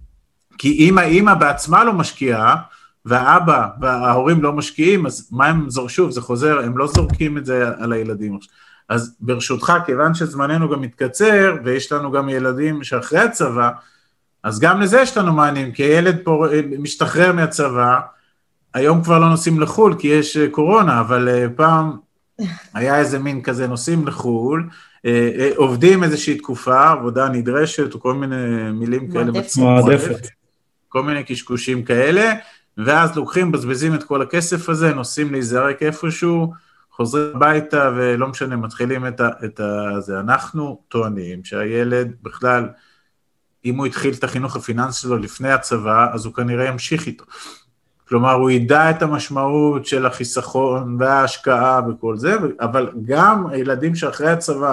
כי אמא בעצמה לא משקיעה, והאבא וההורים לא משקיעים, אז מה הם שוב, זה חוזר, הם לא זורקים את זה על הילדים. אז ברשותך, כיוון שזמננו גם מתקצר, ויש לנו גם ילדים שאחרי הצבא, אז גם לזה יש לנו מענים, כי הילד פה משתחרר מהצבא, היום כבר לא נוסעים לחול, כי יש קורונה, אבל פעם היה איזה מין כזה, נוסעים לחול, עובדים איזושהי תקופה, עבודה נדרשת, או כל מיני מילים כאלה. מועדפת. כל מיני קשקושים כאלה, ואז לוקחים, בזבזים את כל הכסף הזה, נוסעים להיזרק איפשהו, חוזרים הביתה, ולא משנה, מתחילים את זה. אנחנו טוענים שהילד בכלל, אם הוא התחיל את החינוך הפיננסי שלו לפני הצבא, אז הוא כנראה ימשיך איתו. כלומר, הוא ידע את המשמעות של החיסכון וההשקעה וכל זה, אבל גם הילדים שאחרי הצבא,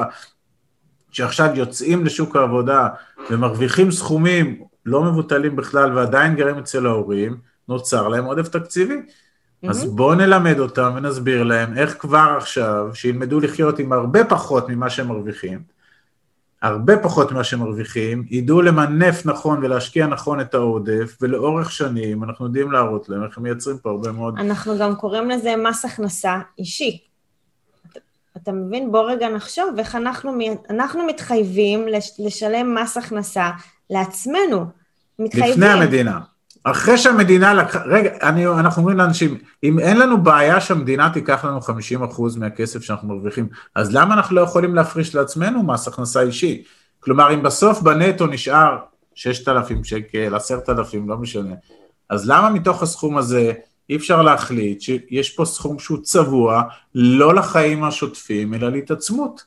שעכשיו יוצאים לשוק העבודה, ומרוויחים סכומים לא מבוטלים בכלל, ועדיין גרים אצל ההורים, נוצר להם עודף תקציבי. אז בואו נלמד אותם ונסביר להם איך כבר עכשיו, שילמדו לחיות עם הרבה פחות ממה שהם מרוויחים, הרבה פחות ממה שהם מרוויחים, ידעו למנף נכון ולהשקיע נכון את העודף, ולאורך שנים אנחנו יודעים להראות להם איך הם מייצרים פה הרבה מאוד. אנחנו גם קוראים לזה מס הכנסה אישי. אתה מבין? בוא רגע נחשוב איך אנחנו מתחייבים לשלם מס הכנסה לעצמנו. מתחייבים. לפני המדינה. אחרי שהמדינה רגע, אנחנו אומרים לאנשים, אם אין לנו בעיה שהמדינה תיקח לנו 50% מהכסף שאנחנו מרוויחים, אז למה אנחנו לא יכולים להפריש לעצמנו מס הכנסה אישי? כלומר, אם בסוף בנטו נשאר 6,000 שקל, 10,000, לא משנה, אז למה מתוך הסכום הזה אי אפשר להחליט שיש פה סכום שהוא צבוע, לא לחיים השוטפים, אלא להתעצמות?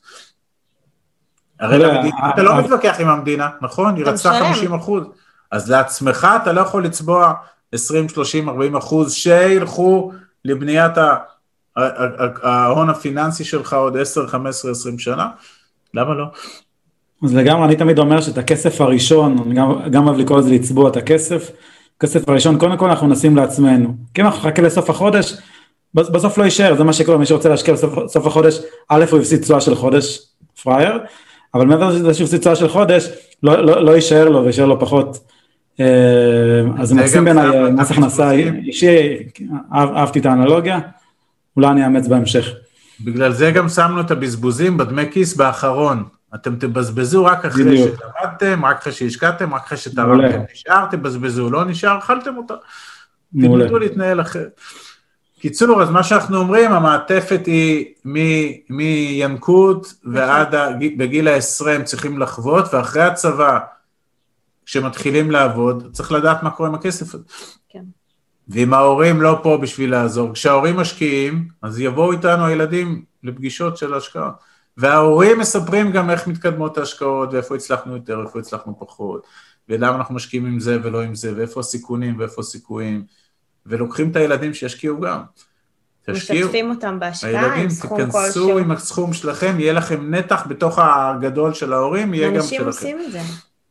הרי אתה לא מתווכח עם המדינה, נכון? היא רצתה 50%. אז לעצמך אתה לא יכול לצבוע 20, 30, 40% שילכו לבניית ההון הפיננסי שלך עוד 10, 15, 20 שנה? למה לא? אז לגמרי, אני תמיד אומר שאת הכסף הראשון, אני גם אוהב לקרוא לזה לצבוע את הכסף, הכסף הראשון, קודם כל אנחנו נשים לעצמנו, כי אם אנחנו חכה לסוף החודש, בסוף לא יישאר, זה מה שקורה, מי שרוצה להשקיע בסוף החודש, א' הוא יפסיד תשואה של חודש, פרייר, אבל מעבר לזה שהוא יפסיד תשואה של חודש, לא יישאר לו וישאר לו פחות, אז זה מקסים בעיניי מס הכנסה אישי, אהבתי את האנלוגיה, אולי אני אאמץ בהמשך. בגלל זה גם שמנו את הבזבוזים בדמי כיס באחרון, אתם תבזבזו רק אחרי שלמדתם, רק אחרי שהשקעתם, רק אחרי שתרמתם, נשאר, תבזבזו, לא נשאר, אכלתם אותה, תלמדו להתנהל אחרת. קיצור, אז מה שאנחנו אומרים, המעטפת היא מינקות ועד בגיל ה-20 צריכים לחוות, ואחרי הצבא, כשמתחילים לעבוד, צריך לדעת מה קורה עם הכסף הזה. כן. ואם ההורים לא פה בשביל לעזור, כשההורים משקיעים, אז יבואו איתנו הילדים לפגישות של ההשקעות, וההורים מספרים גם איך מתקדמות ההשקעות, ואיפה הצלחנו יותר, ואיפה הצלחנו פחות, ולמה אנחנו משקיעים עם זה ולא עם זה, ואיפה הסיכונים ואיפה הסיכויים, ולוקחים את הילדים שישקיעו גם. משתפים אותם בהשקעה, הילדים תיכנסו עם הסכום שלכם, יהיה לכם נתח בתוך הגדול של ההורים, יהיה גם שלכם. אנשים עושים את זה.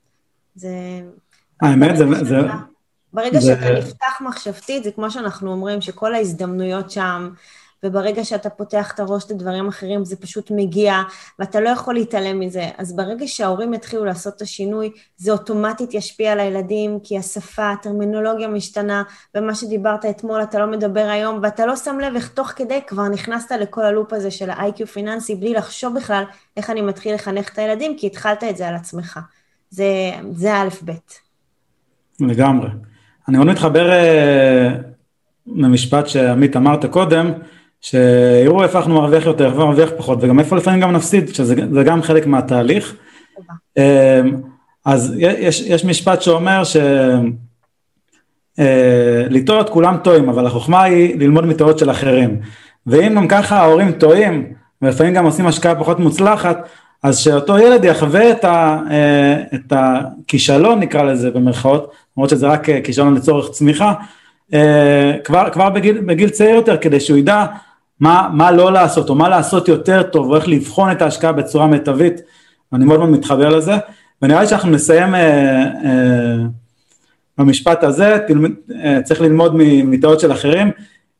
האמת, ברגע שאתה נפתח מחשבתית, זה כמו שאנחנו אומרים, שכל ההזדמנויות שם, וברגע שאתה פותח את הראש לדברים אחרים, זה פשוט מגיע, ואתה לא יכול להתעלם מזה. אז ברגע שההורים יתחילו לעשות את השינוי, זה אוטומטית ישפיע על הילדים, כי השפה, הטרמינולוגיה משתנה, ומה שדיברת אתמול, אתה לא מדבר היום, ואתה לא שם לב איך תוך כדי כבר נכנסת לכל הלופ הזה של ה-IQ פיננסי, בלי לחשוב בכלל איך אני מתחיל לחנך את הילדים, כי התחלת את זה על עצמך. זה א' ב'. לגמרי. אני עוד מתחבר למשפט שעמית אמרת קודם, שיראו איפה אנחנו מרוויח יותר, איפה מרוויח פחות, וגם איפה לפעמים גם נפסיד, שזה גם חלק מהתהליך. אז יש משפט שאומר לטעות כולם טועים, אבל החוכמה היא ללמוד מטעות של אחרים. ואם גם ככה ההורים טועים, ולפעמים גם עושים השקעה פחות מוצלחת, אז שאותו ילד יחווה את הכישלון, נקרא לזה במרכאות, למרות שזה רק כישלון לצורך צמיחה, כבר בגיל צעיר יותר, כדי שהוא ידע מה לא לעשות, או מה לעשות יותר טוב, או איך לבחון את ההשקעה בצורה מיטבית. אני מאוד מאוד מתחבר לזה, ונראה לי שאנחנו נסיים במשפט הזה, צריך ללמוד מטעות של אחרים,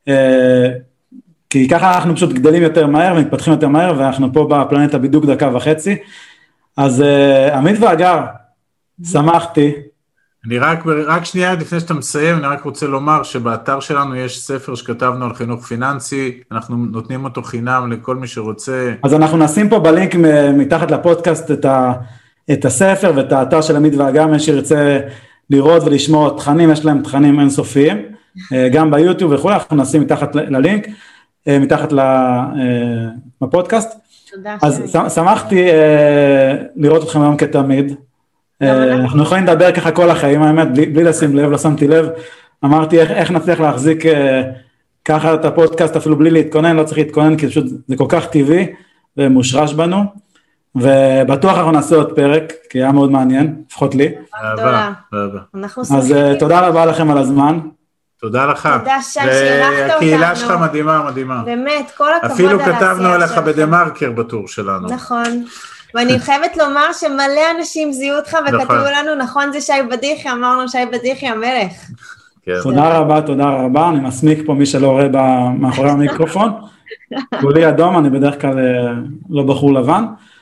כי ככה אנחנו פשוט גדלים יותר מהר, ומתפתחים יותר מהר, ואנחנו פה בפלנטה בדיוק דקה וחצי. אז עמית ואגר, שמחתי. אני רק שנייה לפני שאתה מסיים, אני רק רוצה לומר שבאתר שלנו יש ספר שכתבנו על חינוך פיננסי, אנחנו נותנים אותו חינם לכל מי שרוצה. אז אנחנו נשים פה בלינק מתחת לפודקאסט את הספר ואת האתר של עמית ואגר, מי שירצה לראות ולשמוע תכנים, יש להם תכנים אינסופיים, גם ביוטיוב וכו', אנחנו נשים מתחת ללינק, מתחת לפודקאסט. אז שמחתי לראות אתכם היום כתמיד. אנחנו יכולים לדבר ככה כל החיים, האמת, בלי לשים לב, לא שמתי לב. אמרתי איך נצליח להחזיק ככה את הפודקאסט, אפילו בלי להתכונן, לא צריך להתכונן, כי פשוט זה כל כך טבעי ומושרש בנו. ובטוח אנחנו נעשה עוד פרק, כי היה מאוד מעניין, לפחות לי. אהבה. אז תודה רבה לכם על הזמן. תודה לך. תודה שי, שאירחת אותנו. והקהילה שלך מדהימה. באמת, כל הכבוד אפילו על העשייה שלך. כתבנו עליך בדה-מרקר בטור שלנו. נכון. ואני חייבת לומר שמלא אנשים זיהו אותך וכתבו לנו, נכון זה שי בדיחי, אמרנו שי בדיחי המלך. תודה רבה, אני מסמיק פה מי שלא רואה מאחורי המיקרופון. כולי אדום, אני בדרך כלל לא בחור לבן.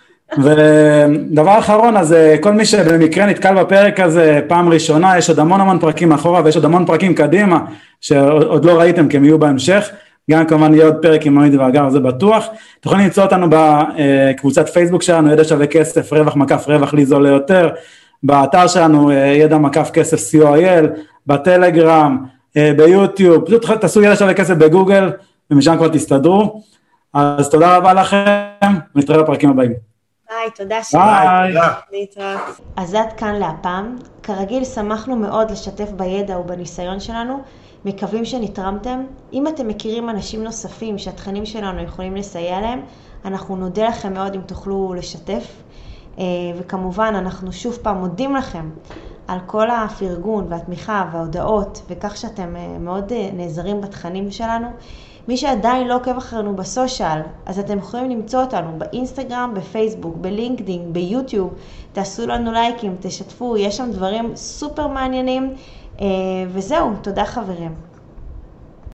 ודבר אחרון, אז כל מי שבמקרה נתקל בפרק הזה פעם ראשונה, יש עוד המון פרקים מאחורה, ויש עוד המון פרקים קדימה, שעוד לא ראיתם כי הם יהיו בהמשך, גם כמובן יהיה עוד פרק עם עמית ואגר, זה בטוח. אתם יכולים למצוא אותנו בקבוצת פייסבוק שלנו, ידע שווה כסף, רווח לי זה עולה יותר, באתר שלנו, ידע כסף co.il, בטלגרם, ביוטיוב, פשוט תעשו ידע שווה כסף בגוגל, ומשם כבר תסתדרו. אז תודה רבה לכם, ונתראה בפרקים הבאים. ביי, תודה שי. ביי. אז עד כאן להפעם. כרגיל שמחנו מאוד לשתף בידע ובניסיון שלנו, מקווים שנתרמתם. אם אתם מכירים אנשים נוספים שהתכנים שלנו יכולים לסייע להם, אנחנו נודה לכם מאוד אם תוכלו לשתף. וכמובן אנחנו שוב פעם מודים לכם על כל הפרגון והתמיכה וההודעות, וכך שאתם מאוד נעזרים בתכנים שלנו. מי שעדיין לא עוקב אחרינו בסושיאל, אז אתם יכולים למצוא אותנו באינסטגרם, בפייסבוק, בלינקדין, ביוטיוב. תעשו לנו לייקים, תשתפו, יש שם דברים סופר מעניינים. וזהו, תודה חברים.